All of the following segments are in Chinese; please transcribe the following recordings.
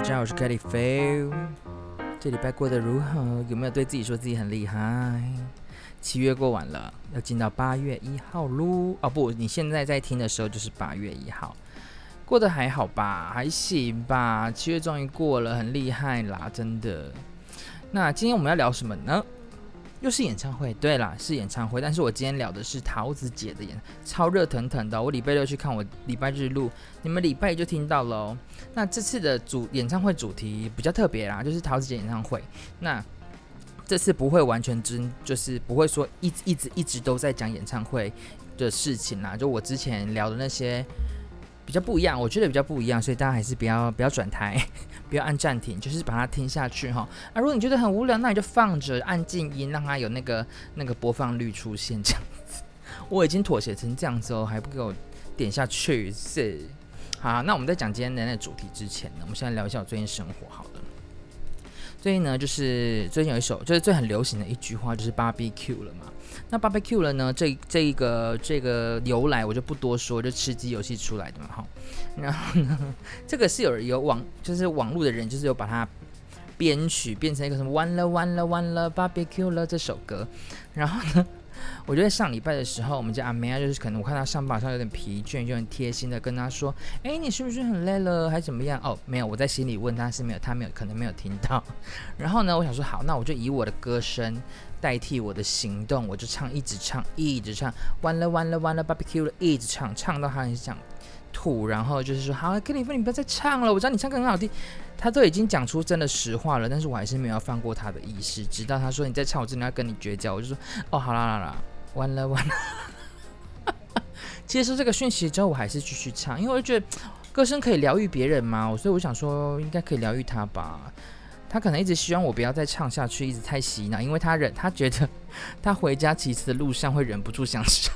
大家好，我是 Kelly 飞。这礼拜过得如何？有没有对自己说自己很厉害？7月过完了，要进到8月1号喽。哦不，你现在在听的时候就是8月1号。过得还好吧？还行吧。7月终于过了，很厉害啦，真的。那今天我们要聊什么呢？又是演唱会，对啦，是演唱会，但是我今天聊的是桃子姐的超热腾腾的。我礼拜六去看，我礼拜日录，你们礼拜一就听到了哦。那这次的演唱会主题比较特别啦，就是桃子姐演唱会。那这次不会完全就是不会说一直都在讲演唱会的事情啦，就我之前聊的那些比较不一样，我觉得比较不一样，所以大家还是不要转台，不要按暂停，就是把它听下去哈。如果你觉得很无聊，那你就放着，按静音，让它有那个播放率出现这样子。我已经妥协成这样子哦，还不给我点下去是。好，那我们在讲今天的那个主题之前呢，我们现在聊一下我最近生活好了。最近呢，就是最近有一首就是最很流行的一句话，就是 barbecue 了嘛。那 barbecue 了呢，这个由来我就不多说，就吃鸡游戏出来的嘛哈。然后呢，这个是就是网络的人就是有把它编曲变成一个什么完了 barbecue 了这首歌。然后呢，我觉得上礼拜的时候，我们家阿妹就是可能我看她上班上有点疲倦，就很贴心的跟她说：“你是不是很累了，还怎么样？”哦，没有，我在心里问她是没有，她可能没有听到。然后呢，我想说好，那我就以我的歌声代替我的行动，我就一直唱，完了 barbecue 了，一直唱到她很想吐，然后就是说好，跟你说你不要再唱了，我知道你唱歌很好听。他都已经讲出真的实话了，但是我还是没有放过他的意思，直到他说你再唱，我真的要跟你绝交。我就说哦，好啦，完了。接收这个讯息之后，我还是继续唱，因为我就觉得歌声可以疗愈别人嘛，所以我想说应该可以疗愈他吧。他可能一直希望我不要再唱下去，一直太洗脑，因为他觉得他回家骑车的路上会忍不住想唱。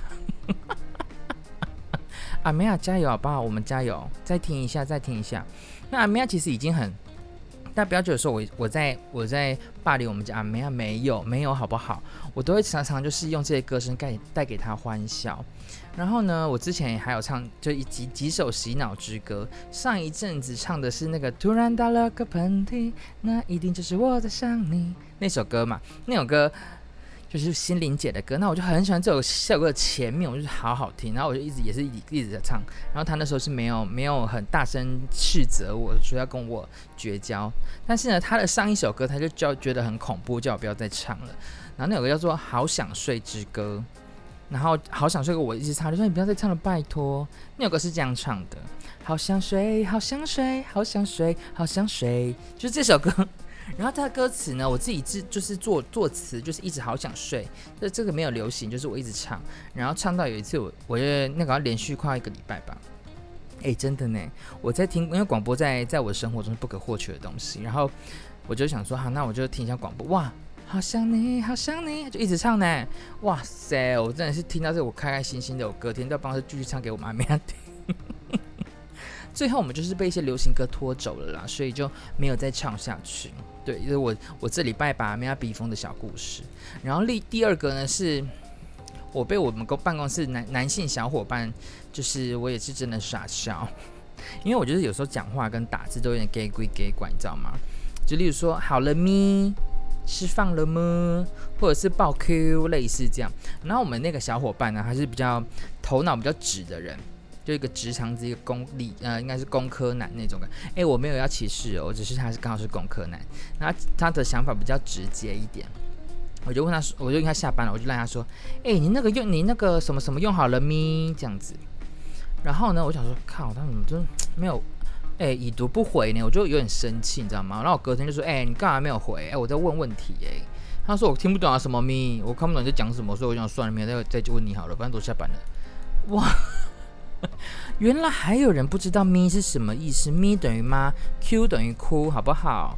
阿梅亚加油好不好？我们加油，再听一下。那阿梅亚其实已经很，大家不要觉得说我在霸凌我们家阿梅亚，没有好不好？我都会常常就是用这些歌声带给他欢笑。然后呢，我之前还有唱就几首洗脑之歌，上一阵子唱的是那个突然打了个喷嚏，那一定就是我在想你那首歌嘛，那首歌。就是心灵姐的歌，那我就很喜欢这首歌的前面，我就是好好听，然后我就一直在唱，然后他那时候是没有很大声斥责我说要跟我绝交，但是呢，他的上一首歌他就觉得很恐怖，叫我不要再唱了。然后那首歌叫做《好想睡之歌》，然后好想睡歌我一直唱，就说你不要再唱了，拜托。那首歌是这样唱的：好想睡，好想睡，好想睡，好想睡，就是这首歌。然后他的歌词呢，我自己就是作词，就是一直好想睡。这个没有流行，就是我一直唱，然后唱到有一次我觉得那个要连续快1个礼拜吧。真的呢，我在听，因为广播在我的生活中是不可或缺的东西。然后我就想说，好，那我就听一下广播。哇，好想你，好想你，就一直唱呢。哇塞，我真的是听到这个，我开心心的，我隔天到办公室继续唱给我妈咪听。最后我们就是被一些流行歌拖走了啦，所以就没有再唱下去。对，因为我这礼拜把阿妹逼疯的小故事。然后第二个呢，是我被我们办公室男性小伙伴，就是我也是真的傻笑，因为我觉得有时候讲话跟打字都有点 gay 归 gay 怪，你知道吗？就例如说好了咪，吃饭了吗？或者是爆 Q 类似这样。然后我们那个小伙伴呢，他是比较头脑比较直的人。就一个直肠子，一个应该是工科男那种的。我没有要歧视哦，只是他刚好是工科男，然后他的想法比较直接一点。我就问他，我就跟他下班了，我就让他说，你那个什么什么用好了咪这样子。然后呢，我想说，靠，他怎么真没有，已读不回呢？我就有点生气，你知道吗？然后我隔天就说，你干嘛没有回？我在问问题他说我听不懂啊，什么咪，我看不懂你在讲什么，所以我想算了，没有再问你好了，反正都下班了。哇！原来还有人不知道咪是什么意思，咪等于妈 ，Q 等于哭，好不好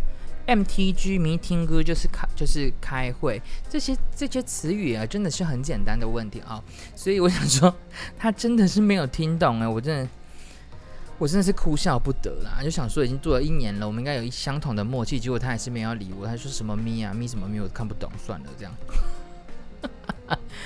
？MTG meeting 就是开会，这些词语啊，真的是很简单的问题啊，所以我想说，他真的是没有听懂我真的是哭笑不得啦，就想说已经做了1年了，我们应该有相同的默契，结果他还是没有要理我，他说什么咪啊咪什么咪，我看不懂，算了这样。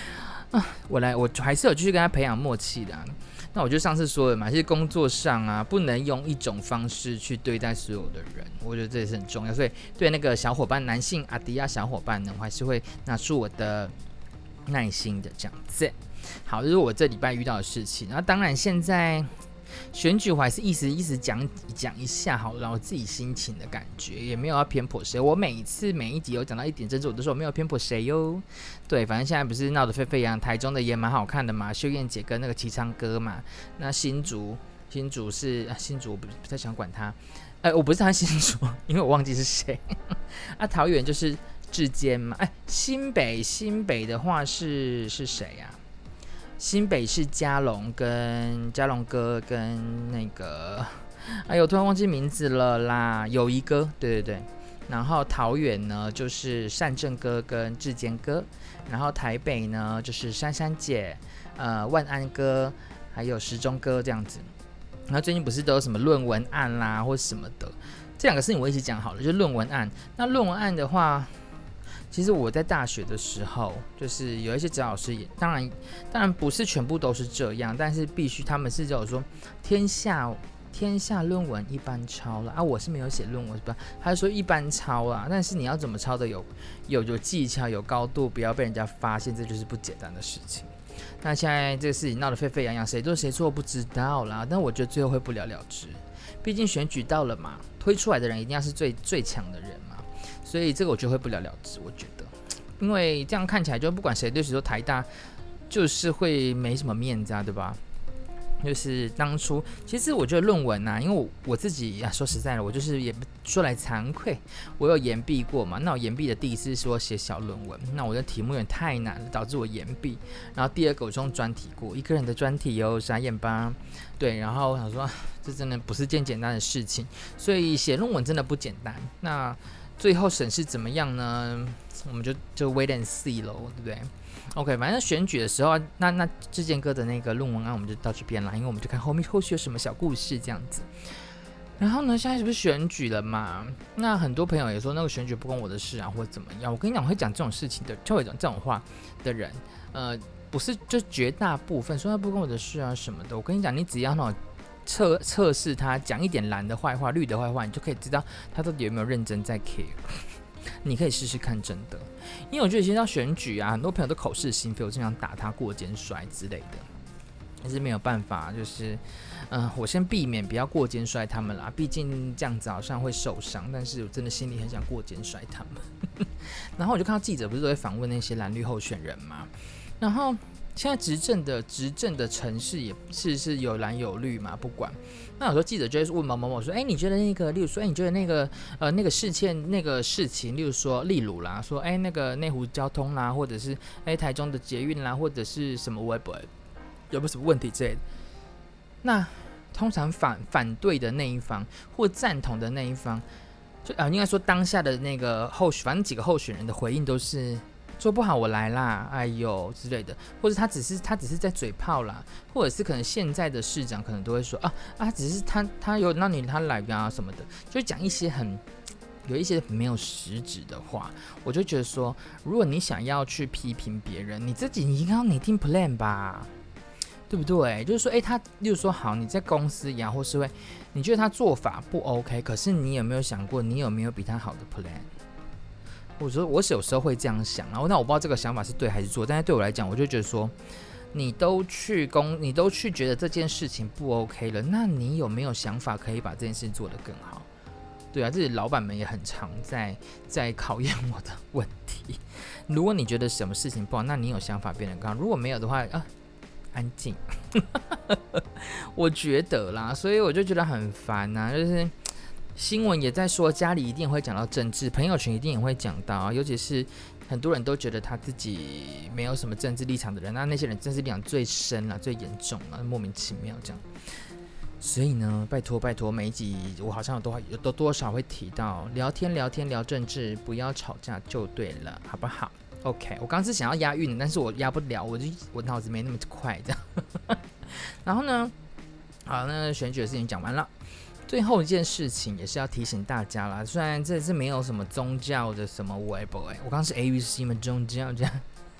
我还是有继续跟他培养默契的、那我就上次说了嘛，其实工作上啊，不能用一种方式去对待所有的人，我觉得这也是很重要。所以对那个小伙伴，男性阿迪亚小伙伴呢，我还是会拿出我的耐心的这样子。好，这是我这礼拜遇到的事情。然后当然现在选举我还是意思讲一下好了，我自己心情的感觉也没有要偏颇谁。我每一集有讲到一点政治，我都说我没有偏颇谁哟。对，反正现在不是闹得沸沸扬扬，台中的也蛮好看的嘛，秀燕姐跟那个齐昌哥嘛。那新竹是新竹不太想管他，我不是他新竹，因为我忘记是谁。桃园就是志坚嘛，新北的话是谁啊？新北是嘉龙哥跟那个，我突然忘记名字了啦，友谊哥，对。然后桃园呢就是善政哥跟志坚哥，然后台北呢就是珊珊姐、万安哥还有时钟哥这样子。然后最近不是都有什么论文案啦或什么的，这两个事情我一起讲好了，就是论文案。那论文案的话，其实我在大学的时候，就是有一些指导老师也，当然不是全部都是这样，但是必须他们是叫我说天下论文一般抄了我是没有写论文是吧？他就说一般抄啦，但是你要怎么抄的有技巧有高度，不要被人家发现，这就是不简单的事情。那现在这个事情闹得沸沸扬扬，谁对谁错不知道啦，但我觉得最后会不了了之，毕竟选举到了嘛，推出来的人一定要是最强的人嘛。所以这个我觉得会不了了之，我觉得，因为这样看起来就不管谁对谁说，台大就是会没什么面子对吧？就是当初其实我觉得论文因为我自己说实在的，我就是也说来惭愧，我有延毕过嘛。那我延毕的第一次是说写小论文，那我的题目有点太难了，导致我延毕。然后第二个我用专题过，一个人的专题傻眼吧？对，然后我想说这真的不是件简单的事情，所以写论文真的不简单。那最后审视怎么样呢？我们就 wait and see 咯，对不对 ？OK， 反正选举的时候，那志坚哥的那个论文案我们就到这边啦，因为我们就看后续有什么小故事这样子。然后呢，现在是不是选举了嘛？那很多朋友也说那个选举不关我的事或者怎么样。我跟你讲，会讲这种事情的，就会讲这种话的人，不是就绝大部分说他不关我的事什么的。我跟你讲，你只要那种测试他讲一点蓝的坏话、绿的坏话，你就可以知道他到底有没有认真在 care。你可以试试看，真的，因为我觉得其实到选举很多朋友都口是心非，我经常打他过肩摔之类的，但是没有办法，就是我先避免不要过肩摔他们啦，毕竟这样子好像会受伤，但是我真的心里很想过肩摔他们。然后我就看到记者不是都会访问那些蓝绿候选人嘛，然后现在执政的城市也是有蓝有绿嘛，不管。那有时候记者就会问某某某说，你觉得那个，例如说，你觉得那个那个事情，例如说例如啦，说那个内湖交通啦，或者是台中的捷运啦，或者是什么有没有什么问题之类的？那通常反对的那一方或赞同的那一方，就应该说当下的那个反正几个候选人的回应都是。做不好我来啦，哎呦之类的，或者他只是在嘴炮啦，或者是可能现在的市长可能都会说只是他有让他来什么的，就讲一些有一些没有实质的话，我就觉得说，如果你想要去批评别人，你自己应该要拟定 plan 吧，对不对？就是说，他例如说好，你在公司或是你觉得他做法不 OK， 可是你有没有想过，你有没有比他好的 plan？我有时候会这样想，那我不知道这个想法是对还是错，但是对我来讲，我就觉得说，你都去觉得这件事情不 OK 了，那你有没有想法可以把这件事情做得更好？对这老板们也很常在考验我的问题。如果你觉得什么事情不好，那你有想法变得更好；如果没有的话，安静。我觉得啦，所以我就觉得很烦就是。新闻也在说，家里一定会讲到政治，朋友圈一定也会讲到，尤其是很多人都觉得他自己没有什么政治立场的人，那些人政治立场最深了、最严重了，莫名其妙这样。所以呢，拜托，每一集我好像有多少会提到聊天聊政治，不要吵架就对了，好不好 ？OK， 我刚是想要押韵，但是我押不了，我脑子没那么快这样。然后呢，好，那选举的事情讲完了。最后一件事情也是要提醒大家啦，虽然这是没有什么宗教的什么我刚是 ABC 嘛宗教这样，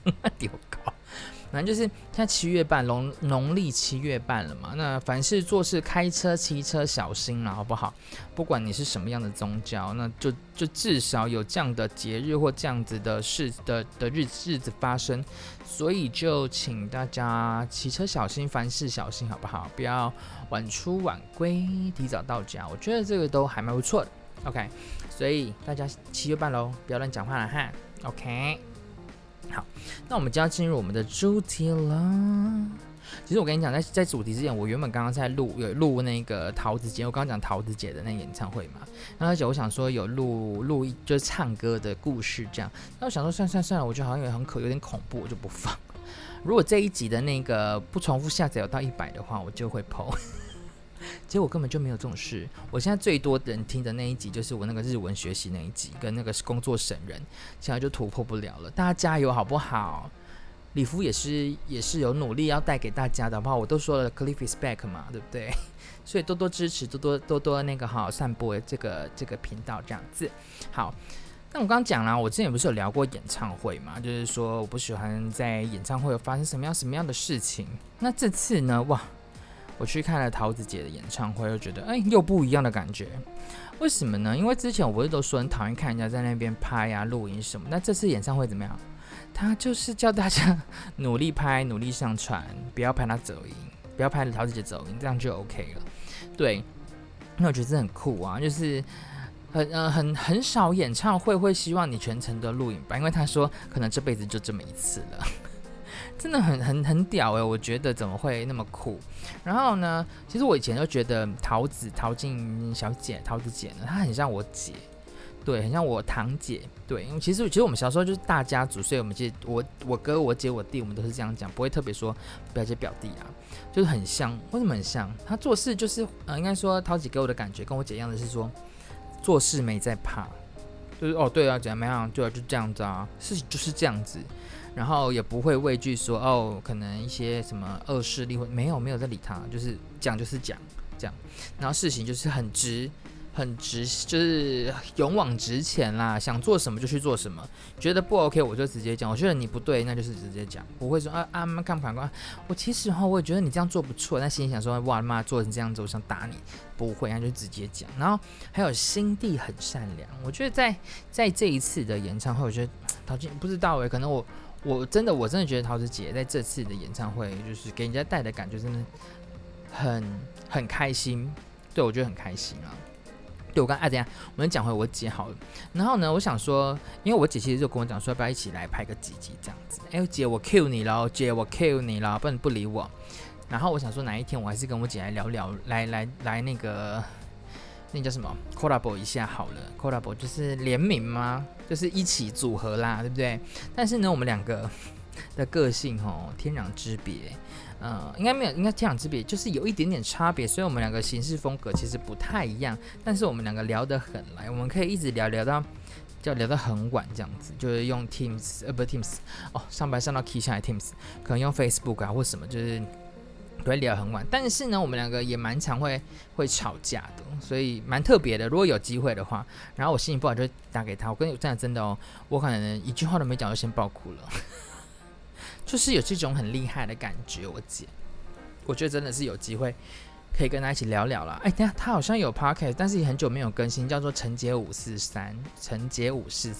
丢高。反正就是现在7月半，农历7月半了嘛。那凡事做事、开车、骑车小心啦，好不好？不管你是什么样的宗教，那就至少有这样的节日或这样子的日子发生。所以就请大家骑车小心，凡事小心，好不好？不要晚出晚归，提早到家。我觉得这个都还蛮不错的。OK， 所以大家7月半咯，不要乱讲话了哈。OK。好，那我们就要进入我们的主题了。其实我跟你讲，在主题之前，我原本刚刚在有录那个桃子姐，我刚刚讲桃子姐的那个演唱会嘛，然后而且我想说有录就是唱歌的故事这样，那我想说算了，我觉得好像有点恐怖，我就不放。如果这一集的那个不重复下载有到100的话，我就会 po。结果根本就没有这种事。我现在最多人听的那一集就是我那个日文学习那一集，跟那个工作省人，现在就突破不了了。大家加油好不好？里夫也是有努力要带给大家的，好不好？我都说了 ，Cliff is back 嘛，对不对？所以多多支持，多那个好散播这个频道这样子。好，那我刚刚讲啦，我之前不是有聊过演唱会嘛，就是说我不喜欢在演唱会有发生什么样的事情。那这次呢，哇！我去看了桃子姐的演唱会，又觉得又不一样的感觉。为什么呢？因为之前我不是都说很讨厌看人家在那边拍啊、录影什么，那这次演唱会怎么样？他就是叫大家努力拍、努力上传，不要拍他走音，不要拍桃子姐走音，这样就 OK 了。对，那我觉得这很酷啊，就是很少演唱会会希望你全程的录影吧，因为他说可能这辈子就这么一次了。真的很屌我觉得怎么会那么酷？然后呢，其实我以前就觉得桃静小姐、桃子姐呢，她很像我姐，对，很像我堂姐，对，因为其实我们小时候就是大家族，所以我们其实我哥、我姐、我弟，我们都是这样讲，不会特别说表姐、表弟啊，就是很像。为什么很像？她做事就是应该说桃姐给我的感觉跟我姐一样的是说，做事没在怕，就是对啊，怎么样，对啊，就这样子啊，事情就是这样子。然后也不会畏惧说可能一些什么恶势力或没有在理他，就是讲就是讲这样，然后事情就是很直，就是勇往直前啦，想做什么就去做什么，觉得不 OK 我就直接讲，我觉得你不对那就是直接讲，不会说看反观，我其实我也觉得你这样做不错，但心里想说哇妈做成这样子我想打你，不会，那就直接讲。然后还有心地很善良，我觉得在这一次的演唱会，我觉得陶晶不知道可能我真的觉得桃子姐在这次的演唱会，就是给人家带的感觉真的很开心，对我觉得很开心啊。对我刚等一下，我们讲回我姐好了。然后呢，我想说，因为我姐其实就跟我讲说，要不要一起来拍个几集这样子？姐我 cue 你了，姐我 cue 你了，不然你不理我。然后我想说，哪一天我还是跟我姐来聊聊，来那个。那叫什么 collab 一下好了 collab 就是联名吗？就是一起组合啦，对不对？但是呢，我们两个的个性天壤之别，应该没有，应该天壤之别，就是有一点点差别，所以我们两个行事风格其实不太一样，但是我们两个聊得很来，我们可以一直聊到很晚这样子，就是用 Teams 不是 Teams 上班上到 key 下来 Teams， 可能用 Facebook 啊或什么，就是不会聊很晚，但是呢，我们两个也蛮常会吵架的，所以蛮特别的。如果有机会的话，然后我心情不好就会打给他，我跟你真的我可能一句话都没讲就先爆哭了，就是有这种很厉害的感觉。我觉得真的是有机会可以跟他一起聊聊啦。等一下他好像有 podcast， 但是也很久没有更新，叫做陈杰543，陈杰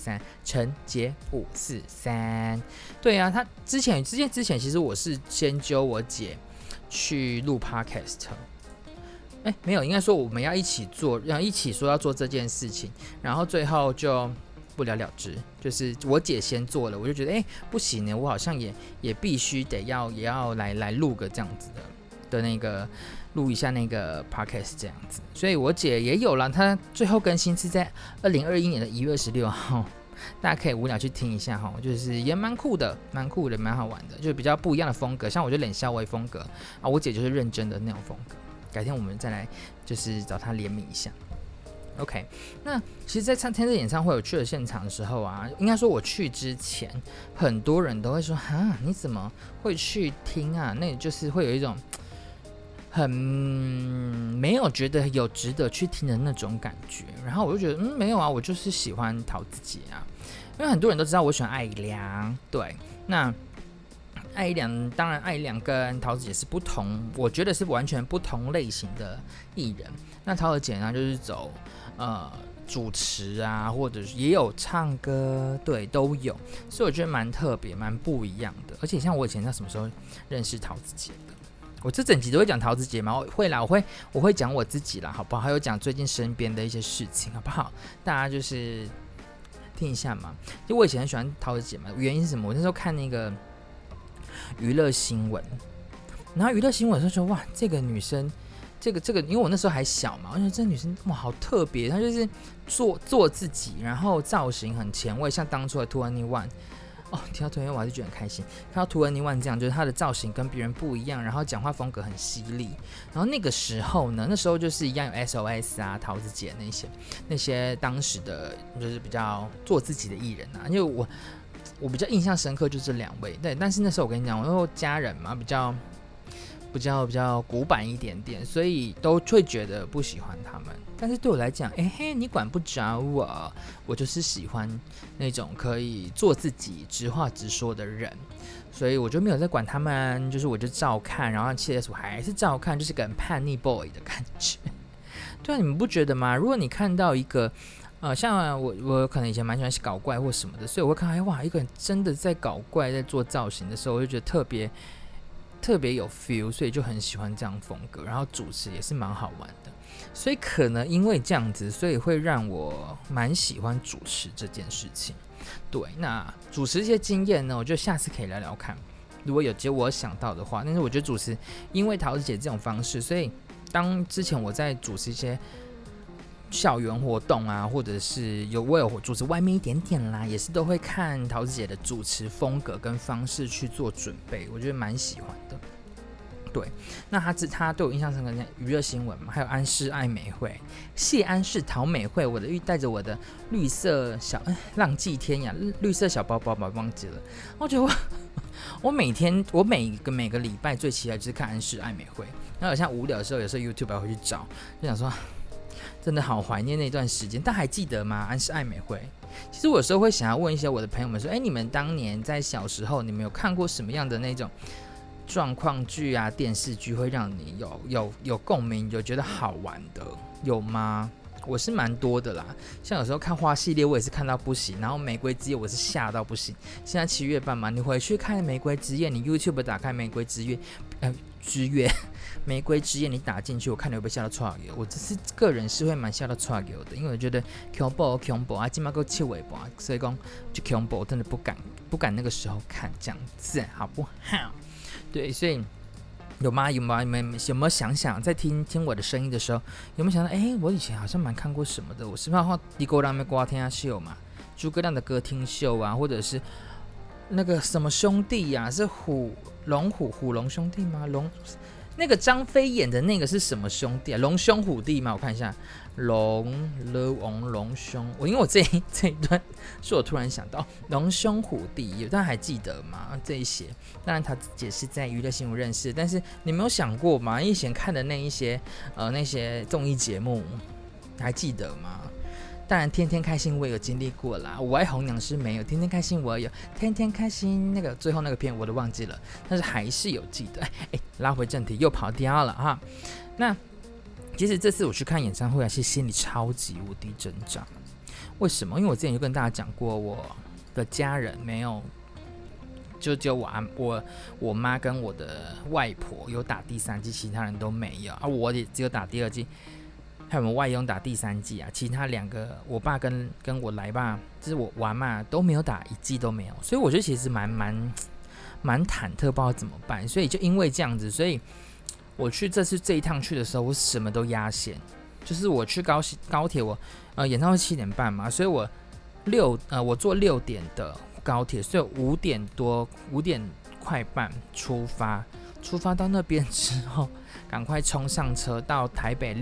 543。对啊，他之前其实我是先揪我姐去录 podcast， 没有，应该说我们要一起做，一起说要做这件事情，然后最后就不了了之，就是我姐先做了，我就觉得不行呢，我好像也必须也要来录个这样子的那个录一下那个 podcast 这样子，所以我姐也有了，她最后更新是在2021年的1月26号。大家可以无聊去听一下哈，就是也蛮酷的，蛮好玩的，就比较不一样的风格。像我就冷笑微风格啊，我姐就是认真的那种风格。改天我们再来就是找她联名一下。OK， 那其实，在听这演唱会，我去了现场的时候啊，应该说我去之前，很多人都会说你怎么会去听啊？那就是会有一种很没有觉得有值得去听的那种感觉。然后我就觉得没有啊，我就是喜欢桃子姐啊。因为很多人都知道我喜欢艾良，对， 那艾怡良当然，艾怡良跟陶子姐是不同，我觉得是完全不同类型的艺人。那陶子姐呢，就是走主持啊，或者也有唱歌，对，都有，所以我觉得蛮特别，蛮不一样的。而且像我以前在什么时候认识陶子姐的？我这整集都会讲陶子姐嘛，会啦，我会讲我自己啦，好不好？还有讲最近身边的一些事情，好不好？大家就是听一下嘛。就我以前很喜欢陶子姐嘛，原因是什么？我那时候看那个娱乐新闻，然后娱乐新闻的时候说，哇，这个女生。这个，因为我那时候还小嘛，我觉得这女生哇好特别，她就是做自己，然后造型很前卫，像当初的 2NE1，哦，听到 2NE1 我还是觉得很开心。看到 2NE1 这样，就是她的造型跟别人不一样，然后讲话风格很犀利。然后那个时候呢，那时候就是一样有 SOS 啊、桃子姐那些当时的就是比较做自己的艺人啊，因为我比较印象深刻就这两位，对。但是那时候我跟你讲，因为家人嘛比较古板一点点，所以都会觉得不喜欢他们。但是对我来讲，嘿，你管不着我，我就是喜欢那种可以做自己、直话直说的人，所以我就没有在管他们，就是我就照看，然后7S我还是照看，就是个很叛逆 boy 的感觉。对啊，你们不觉得吗？如果你看到一个像我可能以前蛮喜欢搞怪或什么的，所以我会看到哇，一个人真的在搞怪，在做造型的时候，我就觉得特别有 feel， 所以就很喜欢这样风格，然后主持也是蛮好玩的，所以可能因为这样子，所以会让我蛮喜欢主持这件事情。对，那主持一些经验呢，我觉得下次可以聊聊看，如果有机会我想到的话。但是我觉得主持，因为桃子姐这种方式，所以当之前我在主持一些校园活动啊，或者是我有主持外面一点点啦，也是都会看桃子姐的主持风格跟方式去做准备，我觉得蛮喜欢的。对，那他对我印象深刻的娱乐新闻嘛，还有安室爱美惠、谢安室陶美惠，我带着我的绿色浪迹天涯绿色小包包吧，忘记了。我觉得我每个礼拜最期待就是看安室爱美惠，然后像无聊的时候，有时候 YouTube 还会去找，就想说。真的好怀念那段时间，但还记得吗？安室爱美惠。其实我有时候会想要问一些我的朋友们说，你们当年在小时候，你们有看过什么样的那种状况剧啊、电视剧，会让你有共鸣，有觉得好玩的，有吗？我是蛮多的啦，像有时候看花系列，我也是看到不行，然后玫瑰之夜我是吓到不行。现在7月半嘛，你回去看玫瑰之夜，你 YouTube 打开玫瑰之夜，玫瑰之夜你打进去，我看你会不会吓到错油？我只是个人是会蛮吓到错油的，因为我觉得恐怖啊，今嘛够七尾巴，所以讲就恐怖，我真的不敢那个时候看这样子，好不好？对，所以。有吗？有没有想在听我的声音的时候，有没有想到？我以前好像蛮看过什么的？我是不是迪哥亮的歌听秀嘛，诸葛亮的歌听秀啊，或者是那个什么兄弟呀、啊？是虎龙兄弟吗？那个张飞演的那个是什么兄弟啊？龙兄虎弟吗？我看一下，龙兄。因为我这一段是我突然想到龙兄虎弟，大家还记得吗？这一些，当然他也是在娱乐新闻认识，但是你没有想过吗？以前看的那些综艺节目，还记得吗？当然，天天开心我也有经历过啦。我爱红娘是没有，天天开心我也有，天天开心那个最后那个片我都忘记了，但是还是有记得。拉回正题，又跑掉了哈。那其实这次我去看演唱会，是心里超级无敌挣扎。为什么？因为我之前就跟大家讲过，我的家人没有，就只有我妈跟我的外婆有打第3剂，其他人都没有啊。我也只有打第2剂。还有我们外佣打第3剂啊，其他2个我爸跟我来爸，就是我阿嬷都没有打1剂都没有，所以我觉得其实蛮忐忑，不知道怎么办。所以就因为这样子，所以我去这一趟去的时候，我什么都压线。就是我去高铁，我演唱会7点半嘛，所以我坐6点的高铁，所以5点快半出发到那边之后。赶快冲上车到台北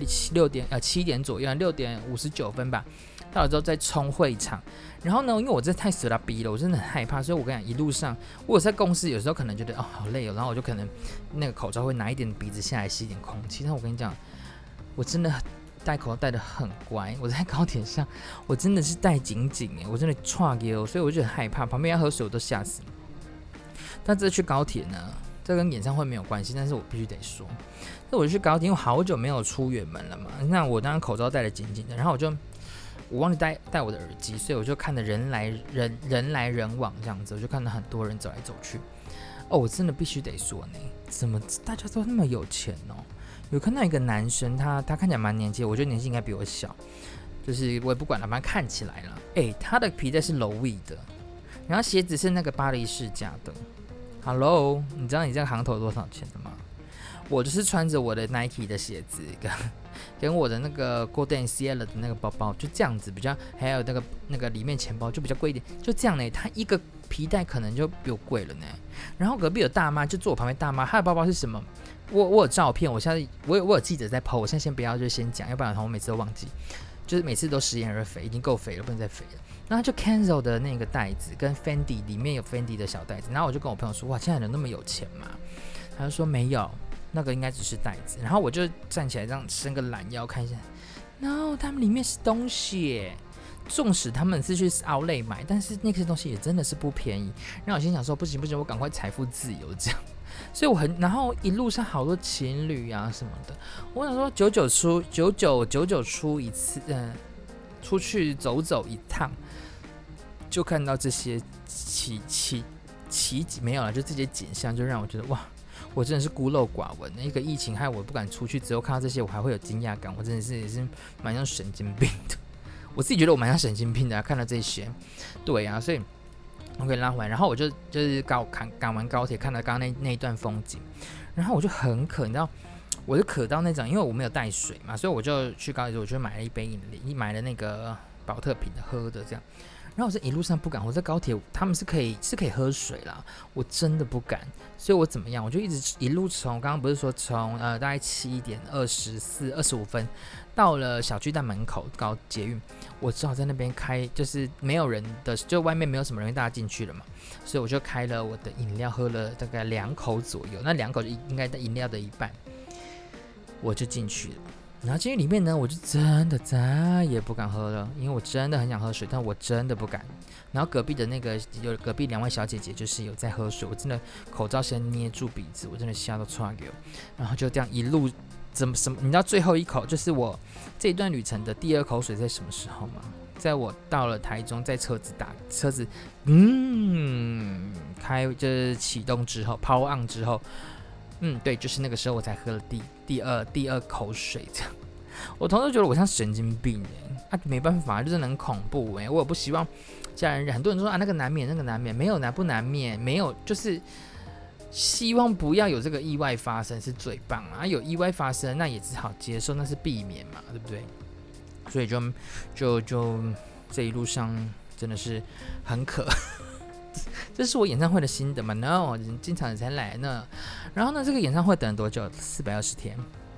7点左右，6点59分吧。到了之后再冲会场，然后呢，因为我真的太死拉逼了，我真的很害怕，所以我跟你讲，一路上我有在公司有时候可能觉得好累哦，然后我就可能那个口罩会拿一点鼻子下来吸一点空气。但我跟你讲，我真的戴口罩戴得很乖，我在高铁上我真的是戴紧紧我真的差给，所以我就很害怕，旁边要喝水我都吓死。 但这次去高铁呢，这跟演唱会没有关系，但是我必须得说，那我就去高铁，因为好久没有出远门了嘛。那我当然口罩戴得紧紧的，然后我忘记戴我的耳机，所以我就看着人来人往这样子，我就看到很多人走来走去。我真的必须得说呢，怎么大家都那么有钱哦？有看到一个男生，他看起来蛮年轻，我觉得年纪应该比我小，就是我也不管了，反正看起来了。他的皮带是 Louis 的，然后鞋子是那个巴黎世家的。Hello， 你知道你这个行头多少钱的吗？我就是穿着我的 Nike 的鞋子跟我的那个 Golden Ciel 的那个包包，就这样子比较，还有那个里面钱包就比较贵一点，就这样呢。他一个皮带可能就比我贵了呢。然后隔壁有大妈就坐我旁边，大妈她的包包是什么？我有照片，我有记者在 po， 我现在先不要就先讲，要不然我每次都忘记，就是每次都食言而肥，已经够肥了，不能再肥了。然后就 Kenzo 的那个袋子跟 Fendi 里面有 Fendi 的小袋子，然后我就跟我朋友说，哇，现在人那么有钱吗？他就说没有，那个应该只是袋子。然后我就站起来这样伸个懒腰看一下 ，no， 他们里面是东西耶。纵使他们是去 Outlet 买，但是那些东西也真的是不便宜。然后我心想说，不行，我赶快财富自由这样。所以然后一路上好多情侣啊什么的，我想说99出一次，出去走一趟，就看到这些奇没有了，就这些景象，就让我觉得哇，我真的是孤陋寡闻。一个疫情害我不敢出去，只有看到这些，我还会有惊讶感，我真的是也是蛮像神经病的。我自己觉得我蛮像神经病的看到这些，对啊，所以我可以拉回来。然后我就是赶完高铁，看到刚刚那一段风景，然后我就很渴，你知道，我就渴到那种，因为我没有带水嘛，所以我就去高铁，我就买了一杯饮料，买了那个保特瓶的喝的这样。然后我在一路上不敢，我在高铁他们是可以喝水啦，我真的不敢，所以我怎么样，我就一路从刚刚不是说从大概7点25分到了小巨蛋门口高捷运，我只好在那边开，就是没有人的，就外面没有什么人，大家进去了嘛，所以我就开了我的饮料，喝了大概2口左右，那2口就应该饮料的一半，我就进去了。然后进去里面呢，我就真的再也不敢喝了，因为我真的很想喝水，但我真的不敢。然后隔壁的隔壁2位小姐姐就是有在喝水，我真的口罩先捏住鼻子，我真的吓到窜流。然后就这样一路你知道最后一口就是我这一段旅程的第2口水在什么时候吗？在我到了台中，在车子就是启动之后 ，power on 之后。对，就是那个时候我才喝了第二口水，这样，我同事觉得我像神经病没办法，就是很恐怖我也不希望家人，很多人说那个难免，没有不难免，没有，就是希望不要有这个意外发生是最棒有意外发生那也只好接受，那是避免嘛，对不对？所以就这一路上真的是很渴。这是我演唱会的心得嘛 ？No， 经常才来呢。然后呢，这个演唱会等了多久？420天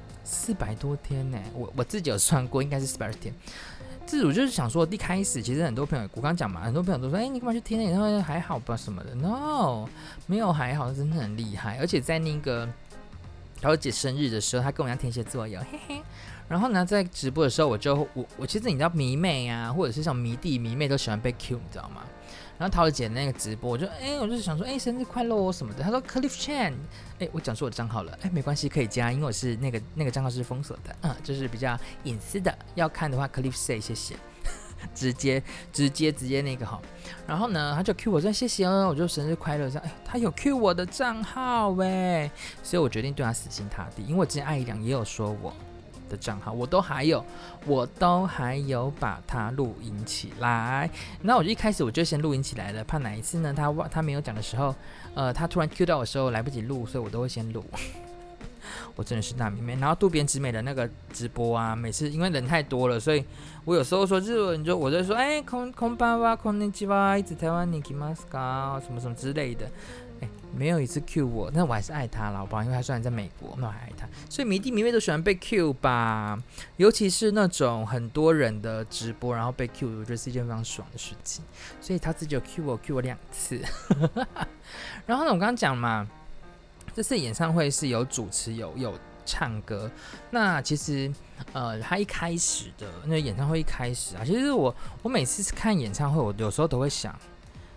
，400多天呢。我自己有算过，应该是420天。这我就是想说，一开始其实很多朋友，我刚讲嘛，很多朋友都说，你干嘛去听演唱会？还好吧什么的。No， 没有还好，真的很厉害。而且在那个小姐生日的时候，她跟我一样天蝎座有，嘿嘿。然后呢，在直播的时候，我其实你知道迷妹啊，或者是像迷弟迷妹都喜欢被 Q， 你知道吗？然后桃子姐那个直播，我就想说，生日快乐哦什么的。他说 Cliff Chan， 我讲出我的账号了，没关系可以加，因为我是那个账号是封锁的，就是比较隐私的，要看的话 Cliff say 谢谢，直接那个好。然后呢，他就 Q 我说谢谢我就生日快乐这样，他有 Q 我的账号所以我决定对他死心塌地，因为我之前艾怡良也有说我的账号，我都还有把它录音起来。那我就一开始我就先录音起来了，怕哪一次呢他没有讲的时候，他突然 Q 到我的时候来不及录，所以我都会先录。我真的是大迷妹。然后渡边直美的那个直播啊，每次因为人太多了，所以我有时候说日文我就说こんばんはこんにちはいつ台湾に来ますか什么什么之类的。没有一次 Q 我，但我还是爱他了，好不好？因为他虽然在美国，那我还爱他。所以迷弟迷妹都喜欢被 Q 吧，尤其是那种很多人的直播，然后被 Q， 我觉得是一件非常爽的事情。所以他自己有 Q 我2次。然后呢，我刚刚讲嘛，这次演唱会是有主持有唱歌。那其实他一开始的那个演唱会一开始其实我每次看演唱会，我有时候都会想。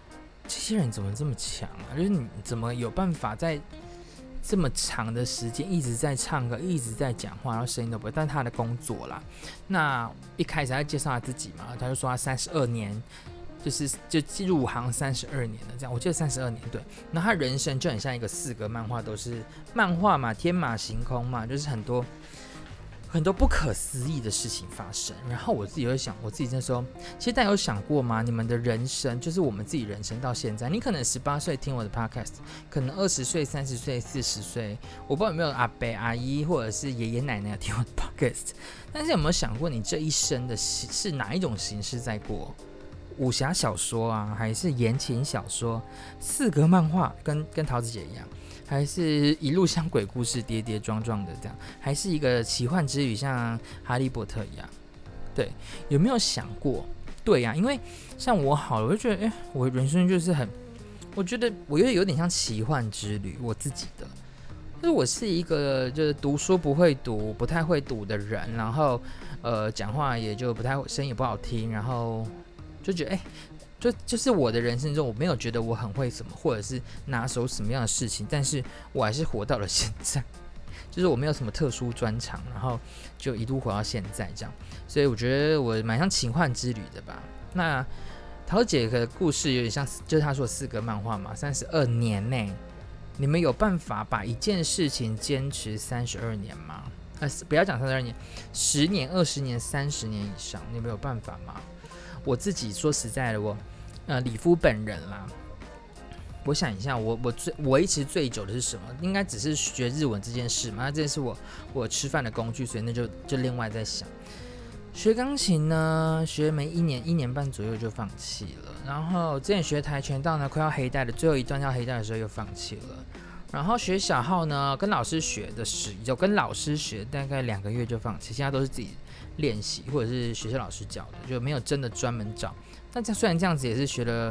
这些人怎么这么强啊？就是你怎么有办法在这么长的时间一直在唱歌，一直在讲话，然后声音都不会。但是他的工作啦，那一开始他介绍他自己嘛，他就说他32年，就入行32年了，这样我记得32年对。然后他人生就很像一个4格漫画，都是漫画嘛，天马行空嘛，就是很多不可思议的事情发生。然后我自己会想，我自己那时候，其实大家有想过吗？你们的人生，就是我们自己人生到现在，你可能18岁听我的 podcast， 可能20岁、30岁、40岁，我不知道有没有阿伯、阿姨或者是爷爷奶奶有听我的 podcast， 但是有没有想过，你这一生的是哪一种形式在过？武侠小说啊，还是言情小说？4格漫画跟桃子姐一样？还是一路像鬼故事跌跌撞撞的这样，还是一个奇幻之旅像哈利波特一样？对，有没有想过？对呀、因为像我好了，我就觉得，我人生就是我觉得我有点像奇幻之旅，我自己的，就是我是一个就是读书不会读、不太会读的人，然后讲话也就不太声音也不好听，然后就觉得就是我的人生中，我没有觉得我很会什么，或者是拿手什么样的事情，但是我还是活到了现在，就是我没有什么特殊专长，然后就一路活到现在这样，所以我觉得我蛮像奇幻之旅的吧。那桃姐的故事有点像，就是她说4格漫画嘛，32年内，你们有办法把一件事情坚持32年吗？不要讲32年，10年、20年、30年以上，你们有办法吗？我自己说实在的，李夫本人啦，我想一下，我维持最久的是什么？应该只是学日文这件事嘛，那这是我吃饭的工具，所以那就另外再想。学钢琴呢，学没1年半左右就放弃了。然后之前学跆拳道呢，快要黑带的最后一段要黑带的时候又放弃了。然后学小号呢，跟老师学大概2个月就放弃，现在都是自己练习或者是学校老师教的，就没有真的专门找。但虽然这样子也是学了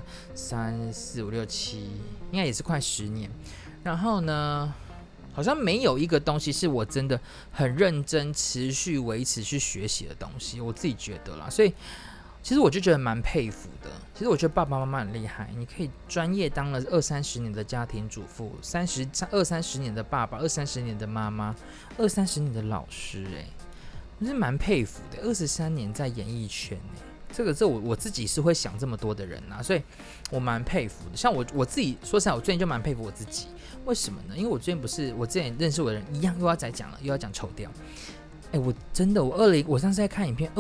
3、4、5、6、7，应该也是快10年。然后呢，好像没有一个东西是我真的很认真、持续维持去学习的东西，我自己觉得啦。所以其实我就觉得蛮佩服的。其实我觉得爸爸妈妈很厉害，你可以专业当了20-30年的家庭主妇，20-30年的爸爸，20-30年的妈妈，20-30年的老师，我是蛮佩服的。23年在演艺圈，这我自己是会想这么多的人啊，所以我蛮佩服的。像我自己说实在，我最近就蛮佩服我自己。为什么呢？因为我之前认识我的人一样，又要再讲了，又要讲丑调。我真的，我上次在看影片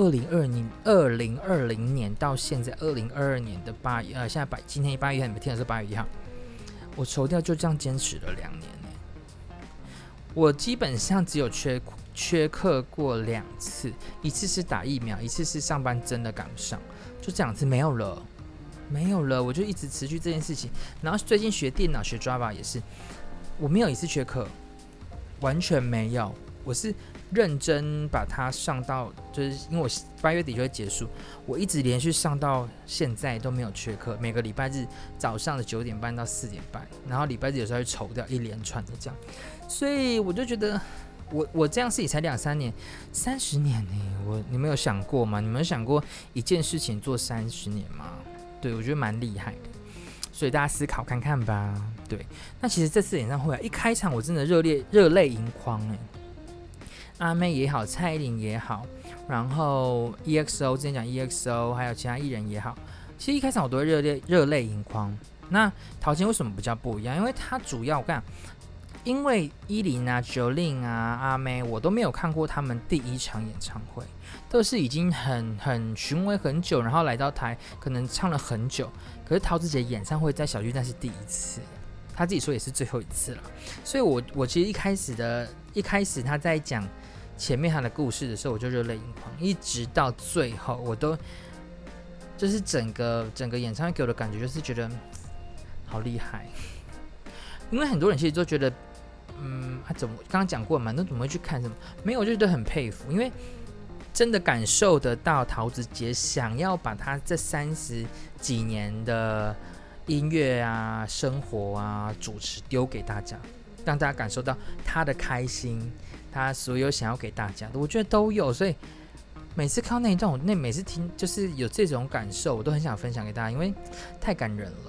，2020年到现在2022年的8月，现在今天8月1号，你们听的是8月1号，我丑调就这样坚持了2年。我基本上只有缺课过2次，一次是打疫苗，一次是上班真的赶不上，就这2次没有了，我就一直持续这件事情。然后最近学电脑学 Java 也是，我没有一次缺课，完全没有，我是认真把它上到，就是因为我8月底就会结束，我一直连续上到现在都没有缺课，每个礼拜日早上的9点半到4点半，然后礼拜日有时候会抽掉一连串的这样，所以我就觉得我这样事情才2-3年，30年呢，你们有想过吗？你们有想过一件事情做30年吗？对，我觉得蛮厉害的，所以大家思考看看吧。对，那其实这次演唱会一开场我真的热泪盈眶阿妹也好，蔡依林也好，然后 EXO 之前讲 EXO， 还有其他艺人也好，其实一开场我都会热泪盈眶。那陶晶为什么比较不一样？因为他主要我跟你讲，因为依林啊、Jolin 啊、阿妹，我都没有看过他们第一场演唱会，都是已经很巡回很久，然后来到台可能唱了很久。可是陶子姐演唱会在小巨蛋是第一次，她自己说也是最后一次了。所以我其实一开始她在讲前面她的故事的时候，我就热泪盈眶，一直到最后，我都就是整个演唱会给我的感觉就是觉得好厉害。因为很多人其实都觉得，怎么刚刚讲过嘛，那怎么会去看什么？没有，我就觉得很佩服，因为真的感受得到陶子姐想要把她这30几年的音乐啊、生活啊、主持丢给大家，让大家感受到她的开心，她所有想要给大家的，我觉得都有。所以每次看到那一段，每次听就是有这种感受，我都很想分享给大家，因为太感人了。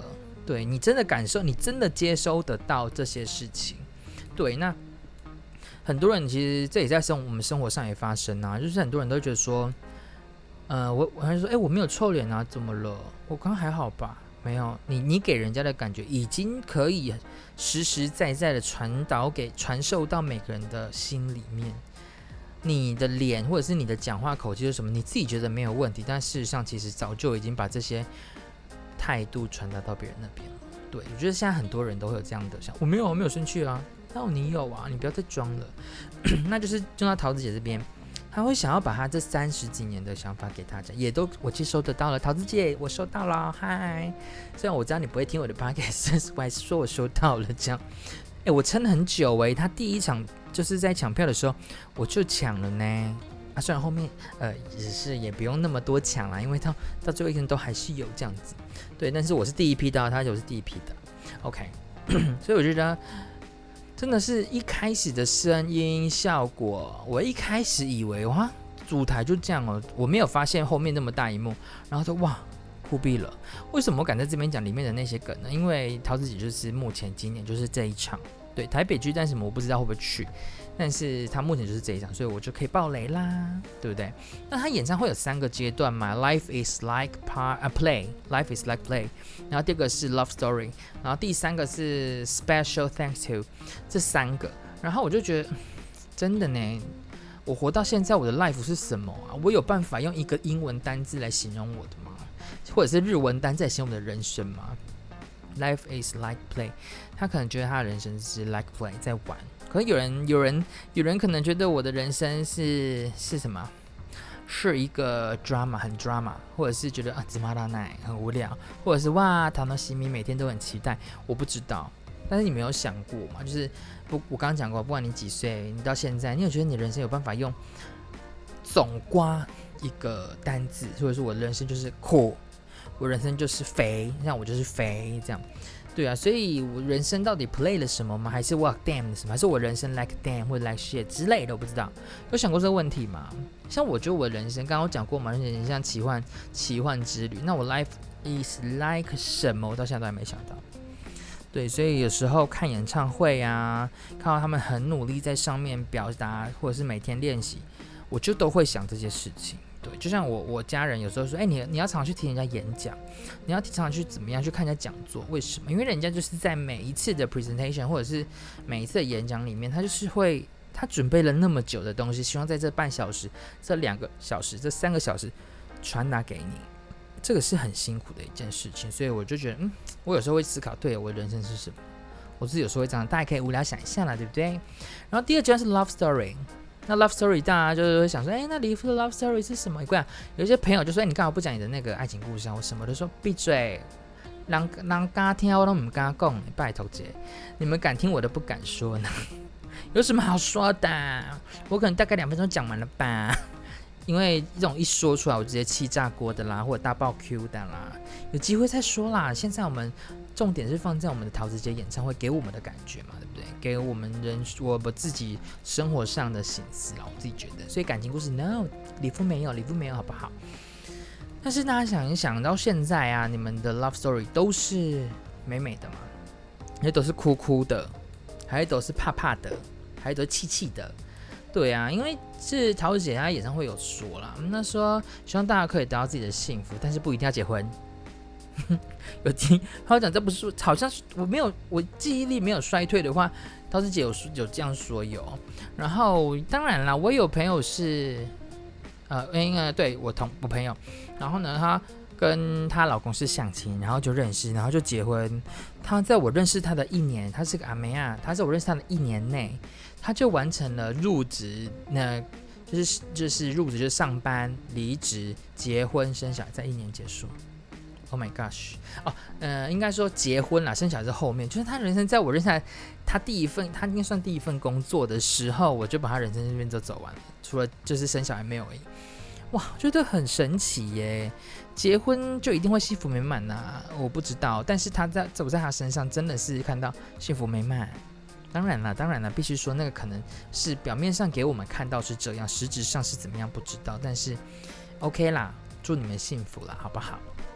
对，你真的感受，你真的接收得到这些事情。对，那很多人其实这也在我们生活上也发生啊，就是很多人都觉得说，我还说，我没有臭脸啊，怎么了？我刚刚还好吧？没有，你给人家的感觉已经可以实实在在的传授到每个人的心里面。你的脸或者是你的讲话口气是什么，你自己觉得没有问题，但事实上其实早就已经把这些态度传达到别人那边了。对，我觉得现在很多人都会有这样的想，我没有生气啊，你有啊，你不要再装了。那就是就到桃子姐这边，她会想要把她这30几年的想法给大家，也都我接收得到了。桃子姐，我收到了，嗨！虽然我知道你不会听我的 podcast， 我还是说我收到了这样。我撑了很久他第一场就是在抢票的时候我就抢了呢。虽然后面也不用那么多抢啦，因为到最后一天都还是有这样子。对，但是我是第一批到，他就是第一批的。OK， 所以我觉得真的是一开始的声音效果，我一开始以为哇，舞台就这样我没有发现后面那么大一幕，然后就哇。酷毙了！为什么我敢在这边讲里面的那些梗呢？因为桃子姐就是目前今年就是这一场，对台北巨蛋什么我不知道会不会去，但是他目前就是这一场，所以我就可以爆雷啦，对不对？那他演唱会有3个阶段嘛 ，Life is like play，Life is like play， 然后第二个是 Love Story， 然后第3个是 Special Thanks to， 这3个，然后我就觉得真的呢。我活到现在，我的 life 是什么啊？我有办法用一个英文单字来形容我的吗？或者是日文单字来形容我的人生吗？ Life is like play， 他可能觉得他的人生是 like play 在玩，可是有人可能觉得我的人生是什么？是一个 drama， 很 drama， 或者是觉得芝麻大奶很无聊，或者是哇唐诺西米每天都很期待，我不知道。但是你没有想过嘛？就是我刚刚讲过，不管你几岁，你到现在，你有觉得你的人生有办法用总括一个单字，或者说我的人生就是酷，我人生就是肥，像我就是肥这样，对啊，所以我人生到底 play 了什么吗？还是 what damn 了什么？还是我人生 like damn 或者 like shit 之类的？我不知道，有想过这个问题吗？像我觉得我的人生，刚刚我讲过嘛，人生像奇幻之旅，那我 life is like 什么？我到现在都还没想到。对，所以有时候看演唱会啊，看到他们很努力在上面表达，或者是每天练习，我就都会想这些事情。对，就像我家人有时候说，你要常常去听人家演讲，你要常常去怎么样去看人家讲座，为什么？因为人家就是在每一次的 presentation 或者是每一次的演讲里面，他准备了那么久的东西，希望在这半小时、这2个小时、这3个小时传达给你。这个是很辛苦的一件事情，所以我就觉得，我有时候会思考，对我的人生是什么？我自己有时候会这样，大家可以无聊想一下啦，对不对？然后第2阶段是 Love Story， 那 Love Story 大家就是会想说，那李夫的 Love Story 是什么？有些朋友就说，你干嘛不讲你的那个爱情故事啊？我什么都说闭嘴，人敢听我都不敢讲，拜托姐，你们敢听我都不敢说呢，有什么好说的？我可能大概2分钟讲完了吧。因为这种一说出来，我直接气炸锅的啦，或者大爆 Q 的啦，有机会再说啦。现在我们重点是放在我们的桃子姐演唱会给我们的感觉嘛，对不对？给我们我自己生活上的心思啦，我自己觉得。所以感情故事 ，no， 李夫没有，好不好？但是大家想一想，到现在啊，你们的 love story 都是美美的嘛，也都是哭哭的，还都是怕怕的，还都是气气的。对啊，因为是桃子姐她演唱会有说啦，那说希望大家可以得到自己的幸福，但是不一定要结婚。有听他讲这不是好像我记忆力没有衰退的话，桃子姐有这样说有。然后当然啦，我有朋友是对我朋友，然后呢她跟她老公是相亲，然后就认识，然后就结婚。她在我认识她的1年，她是个阿妹啊，她在我认识她的1年内。他就完成了入职，就是入职就是上班、离职、结婚、生小孩，在1年结束。Oh my gosh！ 应该说结婚啦，生小孩是后面，就是他人生在我认识他应该算第一份工作的时候，我就把他人生这边都走完了，除了就是生小孩没有而已。哇，我觉得很神奇耶！结婚就一定会幸福美满呐？我不知道，但是我在他身上真的是看到幸福美满。当然了，必须说那个可能是表面上给我们看到是这样，实质上是怎么样不知道。但是 OK 啦，祝你们幸福啦，好不好？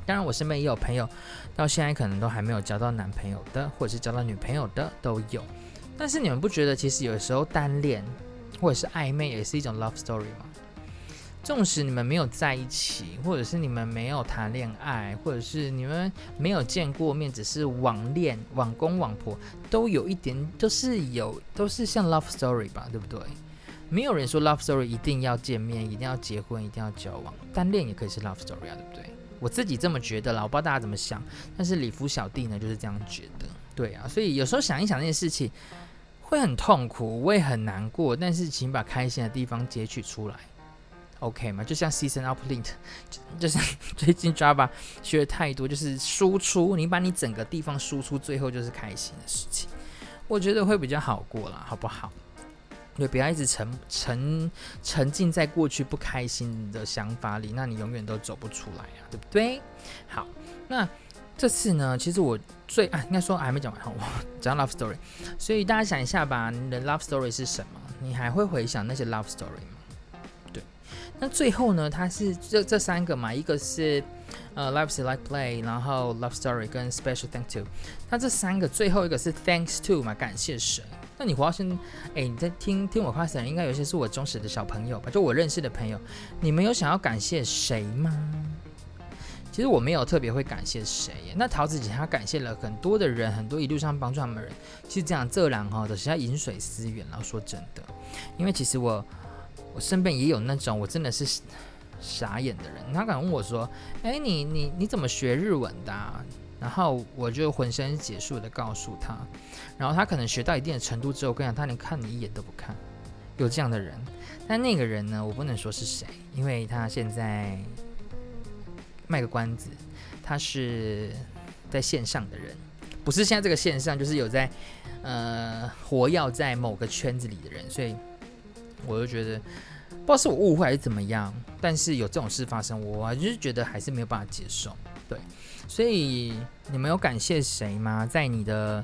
当然我身边也有朋友到现在可能都还没有交到男朋友的，或者是交到女朋友的都有。但是你们不觉得其实有时候单恋或者是暧昧也是一种 love story 吗？纵使你们没有在一起，或者是你们没有谈恋爱，或者是你们没有见过面，只是网恋、网公网婆，都有一点，都是像 love story 吧，对不对？没有人说 love story 一定要见面，一定要结婚，一定要交往，单恋也可以是 love story 啊，对不对？我自己这么觉得啦，我不知道大家怎么想，但是里夫小弟呢就是这样觉得，对啊，所以有时候想一想那件事情会很痛苦，我也很难过，但是请把开心的地方截取出来。OK 吗？就像 Season Uplink， 就是最近 Java 学的太多，就是输出，你把你整个地方输出，最后就是开心的事情，我觉得会比较好过啦，好不好？对，不要一直沉浸在过去不开心的想法里，那你永远都走不出来啊，对不对？好，那这次呢，其实我应该说还没讲完，我讲 love story， 所以大家想一下吧，你的 love story 是什么？你还会回想那些 love story 吗？那最后呢，它是这三个嘛，一个是Life is like play， 然后 love story 跟 special thank to。那这三个最后一个是 thanks to 嘛，感谢神。那你活到现在，你在听我话的人，应该有些是我忠实的小朋友吧，就我认识的朋友，你们有想要感谢谁吗？其实我没有特别会感谢谁耶。那桃子姐她感谢了很多的人，很多一路上帮助他们的人。其实这样这人都是要饮水思源了。说真的，因为其实我身边也有那种我真的是傻眼的人，他敢问我说：“你怎么学日文的啊？”然后我就浑身解数的告诉他，然后他可能学到一定的程度之后，我跟你讲，他连看你一眼都不看，有这样的人。但那个人呢，我不能说是谁，因为他现在卖个关子，他是在线上的人，不是现在这个线上，就是有在活跃在某个圈子里的人，所以我就觉得不知道是我误会还是怎么样，但是有这种事发生，我就是觉得还是没有办法接受。对，所以你们有感谢谁吗？在你的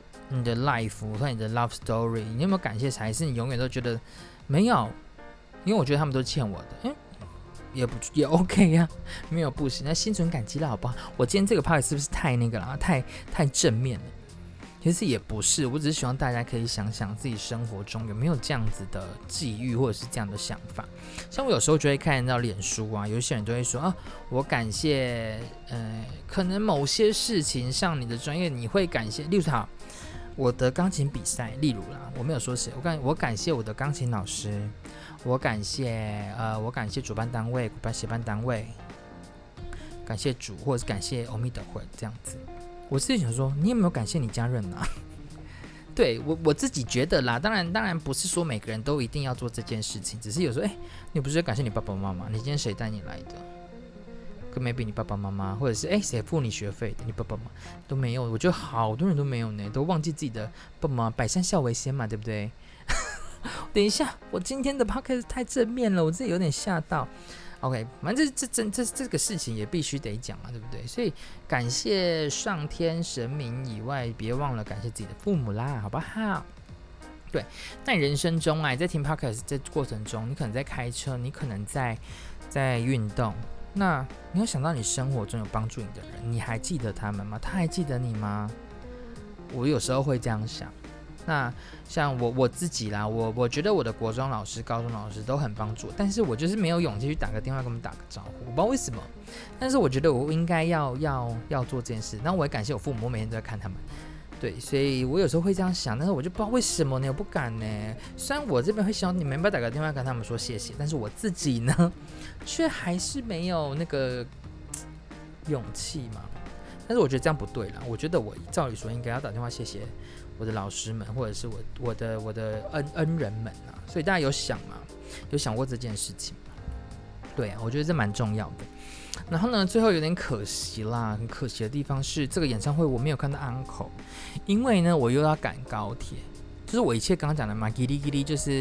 life 和你的 love story， 你有没有感谢谁？还是你永远都觉得没有？因为我觉得他们都欠我的，也 OK 呀、没有不行。那心存感激了，好不好？我今天这个 part 是不是太那个了？太正面了？其实也不是，我只是希望大家可以想想自己生活中有没有这样子的际遇，或者是这样的想法。像我有时候就会看到脸书啊，有些人就会说我感谢可能某些事情上你的专业，你会感谢，例如好，我的钢琴比赛，例如啦，我没有说谁，我感谢我的钢琴老师，我感谢主办单位、协办单位，感谢主，或者是感谢阿弥陀佛这样子。我自己想说，你有没有感谢你家人啊？对我自己觉得啦，当然不是说每个人都一定要做这件事情，只是有时候，你不是感谢你爸爸妈妈？你今天谁带你来的？跟 maybe 你爸爸妈妈，或者是谁付你学费的？你爸爸妈妈都没有，我觉得好多人都没有呢，都忘记自己的爸爸妈妈，百善孝为先嘛，对不对？等一下，我今天的 podcast 太正面了，我自己有点吓到。OK， 反正这个事情也必须得讲嘛，对不对？所以感谢上天神明以外，别忘了感谢自己的父母啦，好不好？对，那你人生中啊，你在听 podcast 这过程中，你可能在开车，你可能在运动，那你有想到你生活中有帮助你的人，你还记得他们吗？他还记得你吗？我有时候会这样想。那像我自己啦，我觉得我的国中老师、高中老师都很帮助，但是我就是没有勇气去打个电话跟他们打个招呼，我不知道为什么。但是我觉得我应该要做这件事。那我也感谢我父母，我每天都在看他们。对，所以我有时候会这样想，但是我就不知道为什么呢，我不敢呢。虽然我这边会希望你们要不要打个电话跟他们说谢谢，但是我自己呢，却还是没有那个勇气嘛。但是我觉得这样不对啦，我觉得我照理说应该要打电话谢谢我的老师们，或者是我的恩人们啊。所以大家有想吗？有想过这件事情吗？对啊，我觉得这蛮重要的。然后呢，最后有点可惜啦，很可惜的地方是这个演唱会我没有看到 uncle， 因为呢我又要赶高铁，就是我一切刚刚讲的嘛，叽哩叽哩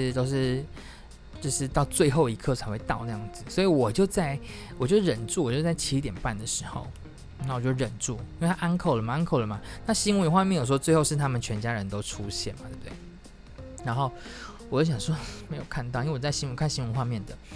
就是到最后一刻才会到那样子，所以我就忍住，我就在7点半的时候。那我就忍住，因为他 uncle 了嘛。那新闻画面有说最后是他们全家人都出现嘛，对不对？然后我就想说没有看到，因为我在看新闻画面的。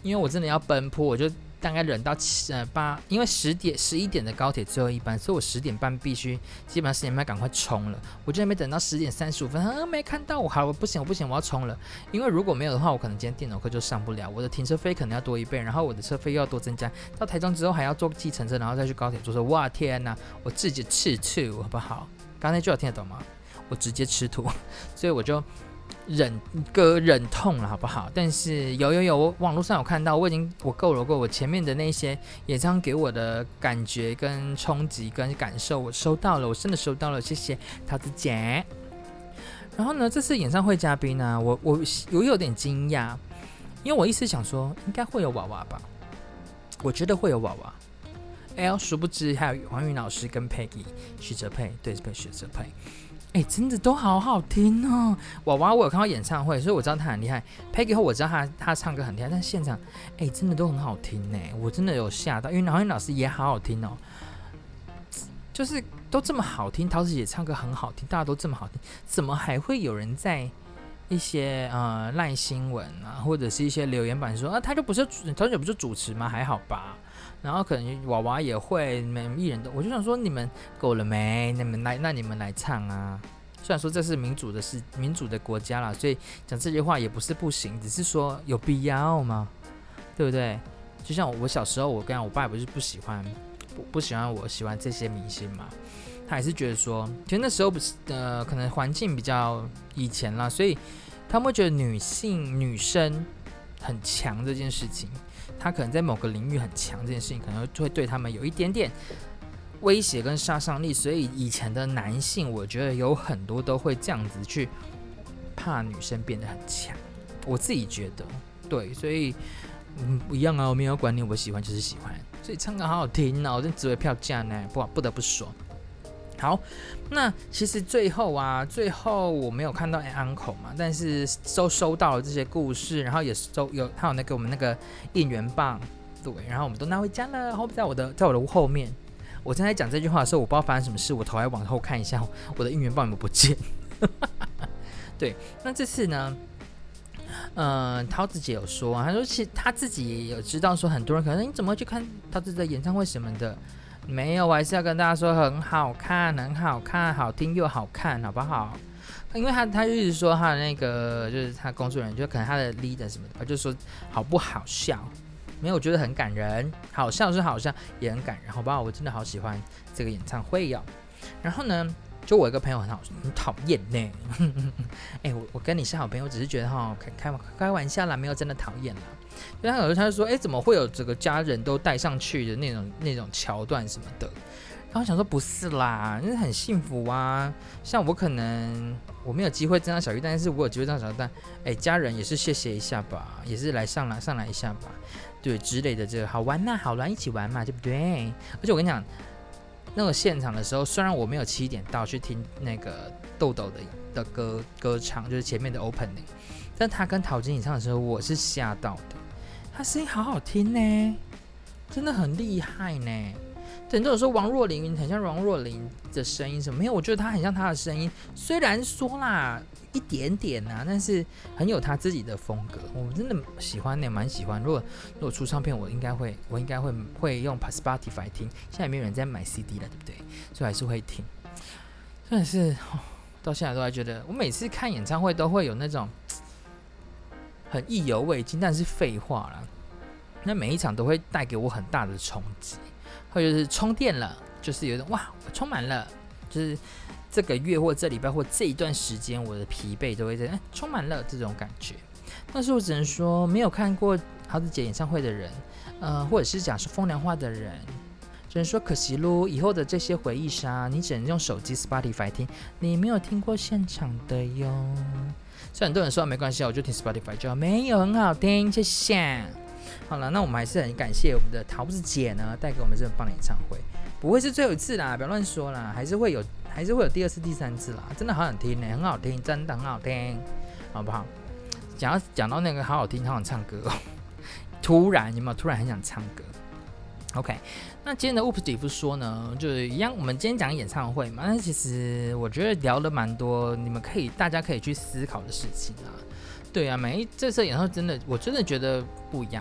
因为我真的要奔波，我就大概忍到因为11点的高铁最后一班，所以我10点半必须基本上10点半赶快冲了。我就没等到10点35分，没看到我，好，不行，我要冲了。因为如果没有的话，我可能今天电脑课就上不了，我的停车费可能要多1倍，然后我的车费又要多增加。到台中之后还要坐计程车，然后再去高铁坐车。哇天哪，我自己吃土好不好？刚才那句话听得懂吗？我直接吃土，所以我就忍痛了，好不好？但是有，我网络上有看到，我够了，我前面的那些演唱给我的感觉跟冲击跟感受，我收到了，我真的收到了，谢谢桃子姐。然后呢，这次演唱会嘉宾呢，我有点惊讶，因为我一直想说应该会有娃娃吧，我觉得会有娃娃，殊不知还有黄韵老师跟 Peggy 许哲佩，对，是许哲佩。真的都好好听哦！娃娃我有看到演唱会，所以我知道他很厉害。Peggy 后我知道他唱歌很厉害，但是现场真的都很好听呢，我真的有吓到，因为黄韵老师也好好听哦，就是都这么好听，桃子姐唱歌很好听，大家都这么好听，怎么还会有人在一些赖新闻啊，或者是一些留言板说他就不是桃子姐不是主持吗？还好吧。然后可能娃娃也会，每艺人都，我就想说你们够了没？你们来唱啊！虽然说这是民主的国家啦，所以讲这句话也不是不行，只是说有必要吗？对不对？就像我小时候，我爸也不是不喜欢我喜欢这些明星嘛，他还是觉得说，其实那时候可能环境比较以前啦，所以他们会觉得女生很强这件事情。他可能在某个领域很强，这件事情可能会对他们有一点点威胁跟杀伤力，所以以前的男性，我觉得有很多都会这样子去怕女生变得很强。我自己觉得，对，所以不一样啊，我没有管你，我喜欢就是喜欢，所以唱歌好好听哦，这值回票价呢，不得不说。好，那其实最后我没有看到 uncle 嘛，但是收到了这些故事，然后也他有我们那个应援棒，对，然后我们都拿回家了，然后在我的后面。我正在讲这句话的时候，我不知道发生什么事，我头还往后看一下，我的应援棒有没有不见？对，那这次呢，桃子姐有说她说其实她自己也有知道说很多人可能你怎么会去看桃子的演唱会什么的。没有，我还是要跟大家说很好看，好听又好看，好不好？因为他就一直说他的那个就是他工作人员，就可能他的 leader 什么的，他就说好不好笑？没有，我觉得很感人，好笑是好笑，也很感人，好不好？我真的好喜欢这个演唱会哟。然后呢，就我一个朋友很讨厌呢，我跟你是好朋友，只是觉得开玩笑啦，没有真的讨厌啦。因为他有时候他就说，怎么会有这个家人都带上去的那种桥段什么的？然后想说不是啦，那很幸福啊。像我可能我没有机会登上小巨蛋，但是我有机会登上小巨蛋，家人也是谢谢一下吧，也是上来一下吧，对之类的，这个好玩呐，好玩一起玩嘛，对不对？而且我跟你讲，那个现场的时候，虽然我没有7点到去听那个豆豆的歌唱，就是前面的 opening， 但他跟陶晶莹唱的时候，我是吓到的。他声音好好听呢，真的很厉害呢。很多人说王若琳很像王若琳的声音什么，没有，我觉得他很像他的声音。虽然说啦一点点啊，但是很有他自己的风格。我真的喜欢呢，蛮喜欢。如果出唱片，我应该会用 Spotify 听。现在没有人在买 CD 了，对不对？所以还是会听。真的是到现在都还觉得，我每次看演唱会都会有那种。很意犹未尽，但是废话啦。那每一场都会带给我很大的冲击，或者是充电了，就是有点哇，我充满了，就是这个月或这礼拜或这一段时间，我的疲惫都会在充满了这种感觉。但是我只能说，没有看过桃子姐演唱会的人，或者是讲是风凉话的人，只能说可惜咯，以后的这些回忆杀，你只能用手机 Spotify 听，你没有听过现场的哟。虽然很多人说没关系，我就听 Spotify 就好，没有很好听，谢谢。好了，那我们还是很感谢我们的桃子姐呢，带给我们这么棒的演唱会，不会是最后一次啦，不要乱说啦，还是会有第2次、第3次啦，真的好想听呢，很好听，真的很好听，好不好？讲到那个好好听，好想唱歌哦，突然很想唱歌。OK， 那今天的 Oops 姐夫说呢，就是一样，我们今天讲演唱会嘛，但其实我觉得聊了蛮多，大家可以去思考的事情啊。对啊，这次演唱会我真的觉得不一样。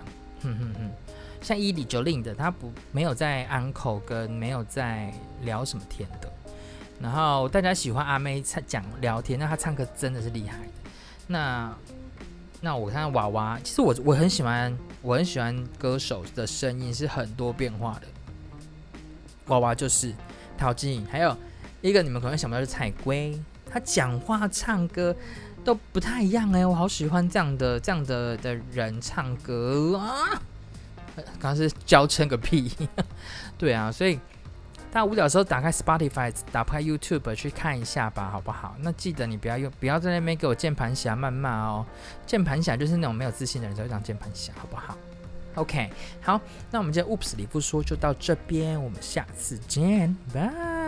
像伊里九令的，他没有在安口跟没有在聊什么天的。然后大家喜欢阿妹讲聊天，那她唱歌真的是厉害的。那我看娃娃，其实我很喜欢，歌手的声音是很多变化的。娃娃就是陶晶莹，还有一个你们可能想不到是彩龟，她讲话唱歌都不太一样我好喜欢这样的人唱歌啊！刚刚是娇嗔个屁，对啊，所以大家无聊的时候打开 Spotify， 打开 YouTube 去看一下吧，好不好？那记得你不要在那边给我键盘侠谩骂哦，键盘侠就是那种没有自信的人才会当键盘侠，好不好 ？OK， 好，那我们今天 Oops 里不说就到这边，我们下次见，拜。